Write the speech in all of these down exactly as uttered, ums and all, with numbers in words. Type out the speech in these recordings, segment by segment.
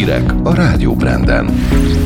hírek a Rádió Branden.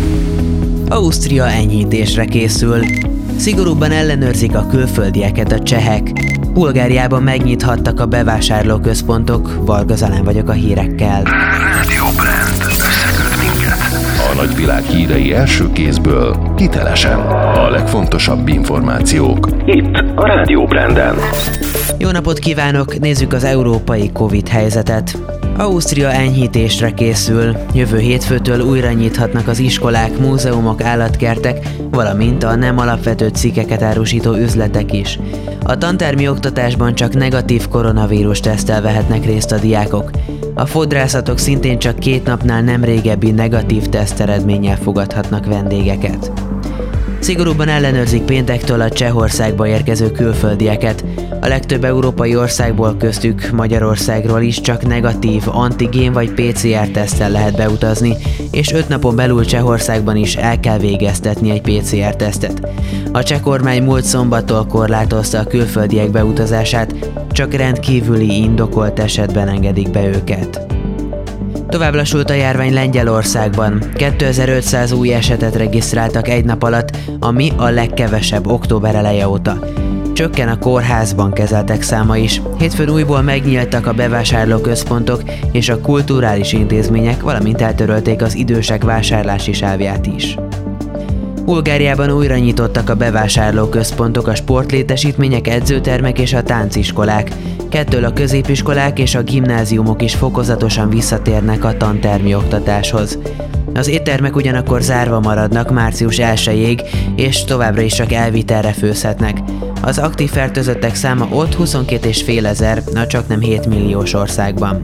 Ausztria enyhítésre készül. Szigorúbban ellenőrzik a külföldieket a csehek. Bulgáriában megnyithattak a bevásárlóközpontok. Varga Zalán vagyok a hírekkel. Rádió Brand. Összeköt minket. A nagyvilág hírei első kézből, hitelesen. A legfontosabb információk itt a Rádió Branden. Jó napot kívánok! Nézzük az európai Covid helyzetet. Ausztria enyhítésre készül. Jövő hétfőtől újra nyithatnak az iskolák, múzeumok, állatkertek, valamint a nem alapvető cikkeket árusító üzletek is. A tantermi oktatásban csak negatív koronavírus teszttel vehetnek részt a diákok. A fodrászatok szintén csak két napnál nem régebbi negatív teszteredménnyel fogadhatnak vendégeket. Szigorúbban ellenőrzik péntektől a Csehországba érkező külföldieket. A legtöbb európai országból, köztük Magyarországról is csak negatív antigén vagy pé cé er teszttel lehet beutazni, és öt napon belül Csehországban is el kell végeztetni egy pé cé er tesztet. A cseh kormány múlt szombattól korlátozta a külföldiek beutazását, csak rendkívüli indokolt esetben engedik be őket. Tovább lassult a járvány Lengyelországban. kétezer-ötszáz új esetet regisztráltak egy nap alatt, ami a legkevesebb október eleje óta. Csökken a kórházban kezeltek száma is. Hétfőn újból megnyíltak a bevásárlóközpontok és a kulturális intézmények, valamint eltörölték az idősek vásárlási sávját is. Bulgáriában újra nyitottak a bevásárlóközpontok, a sportlétesítmények, edzőtermek és a tánciskolák. Kettől a középiskolák és a gimnáziumok is fokozatosan visszatérnek a tantermi oktatáshoz. Az éttermek ugyanakkor zárva maradnak március elsejéig, és továbbra is csak elvitelre főzhetnek. Az aktív fertőzöttek száma ott huszonkét és fél ezer, a csaknem hét milliós országban.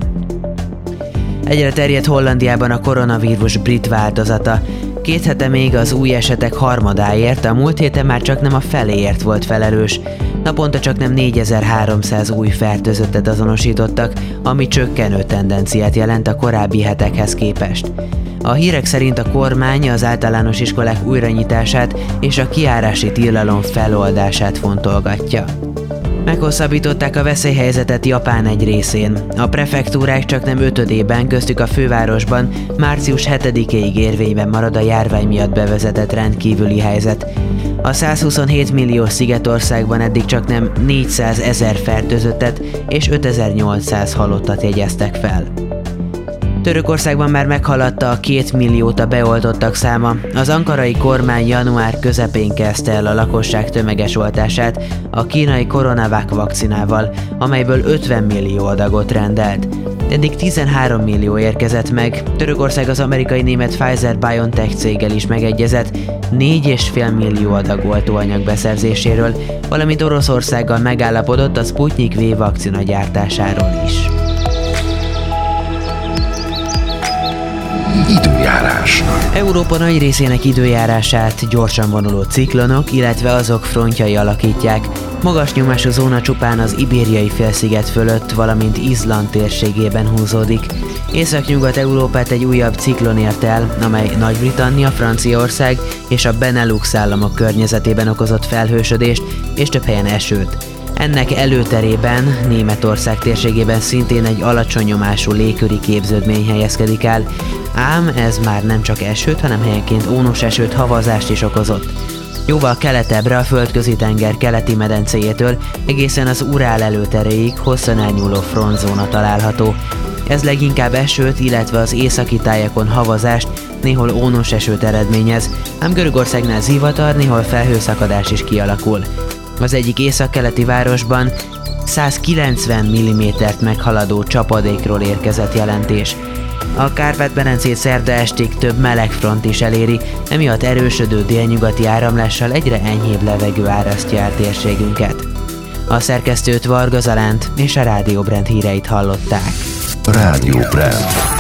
Egyre terjed Hollandiában a koronavírus brit változata. Két hete még az új esetek harmadáért, a múlt héten már csak nem a feléért volt felelős. Naponta csak nem négyezer-háromszáz új fertőzöttet azonosítottak, ami csökkenő tendenciát jelent a korábbi hetekhez képest. A hírek szerint a kormány az általános iskolák újranyitását és a kijárási tilalom feloldását fontolgatja. Meghosszabbították a veszélyhelyzetet Japán egy részén. A prefektúrák csak nem ötödében, köztük a fővárosban március hetedikéig érvényben marad a járvány miatt bevezetett rendkívüli helyzet. A százhuszonhét milliós szigetországban eddig csak nem négyszázezer fertőzöttet és ötezer-nyolcszáz halottat jegyeztek fel. Törökországban már meghaladta a két milliót a beoltottak száma. Az ankarai kormány január közepén kezdte el a lakosság tömeges oltását a kínai Coronavac vakcinával, amelyből ötven millió adagot rendelt. Eddig tizenhárom millió érkezett meg. Törökország az amerikai-német Pfizer-BioNTech céggel is megegyezett négy egész öt millió adag oltóanyag beszerzéséről, valamint Oroszországgal megállapodott a Sputnik V vakcina gyártásáról is. Időjárás. Európa nagy részének időjárását gyorsan vonuló ciklonok, illetve azok frontjai alakítják. Magas nyomású zóna csupán az Ibériai félsziget fölött, valamint Izland térségében húzódik. Északnyugat-Európát egy újabb ciklon ért el, amely Nagy-Britannia, Franciaország és a Benelux államok környezetében okozott felhősödést és több helyen esőt. Ennek előterében Németország térségében szintén egy alacsony nyomású légköri képződmény helyezkedik el, ám ez már nem csak esőt, hanem helyenként ónos esőt, havazást is okozott. Jóval keletebbre a Földközi-tenger keleti medencéjétől egészen az Urál előteréig hosszan elnyúló frontzóna található. Ez leginkább esőt, illetve az északi tájakon havazást, néhol ónos esőt eredményez, ám Görögországnál zivatar, néhol felhőszakadás is kialakul. Az egyik északkeleti városban százkilencven millimétert meghaladó csapadékról érkezett jelentés. A Kárpát-medencét szerda estig több meleg front is eléri, emiatt erősödő délnyugati áramlással egyre enyhébb levegő árasztja el térségünket. A szerkesztőt, Varga Zalánt és a Rádió Brand híreit hallották. Rádió Brand.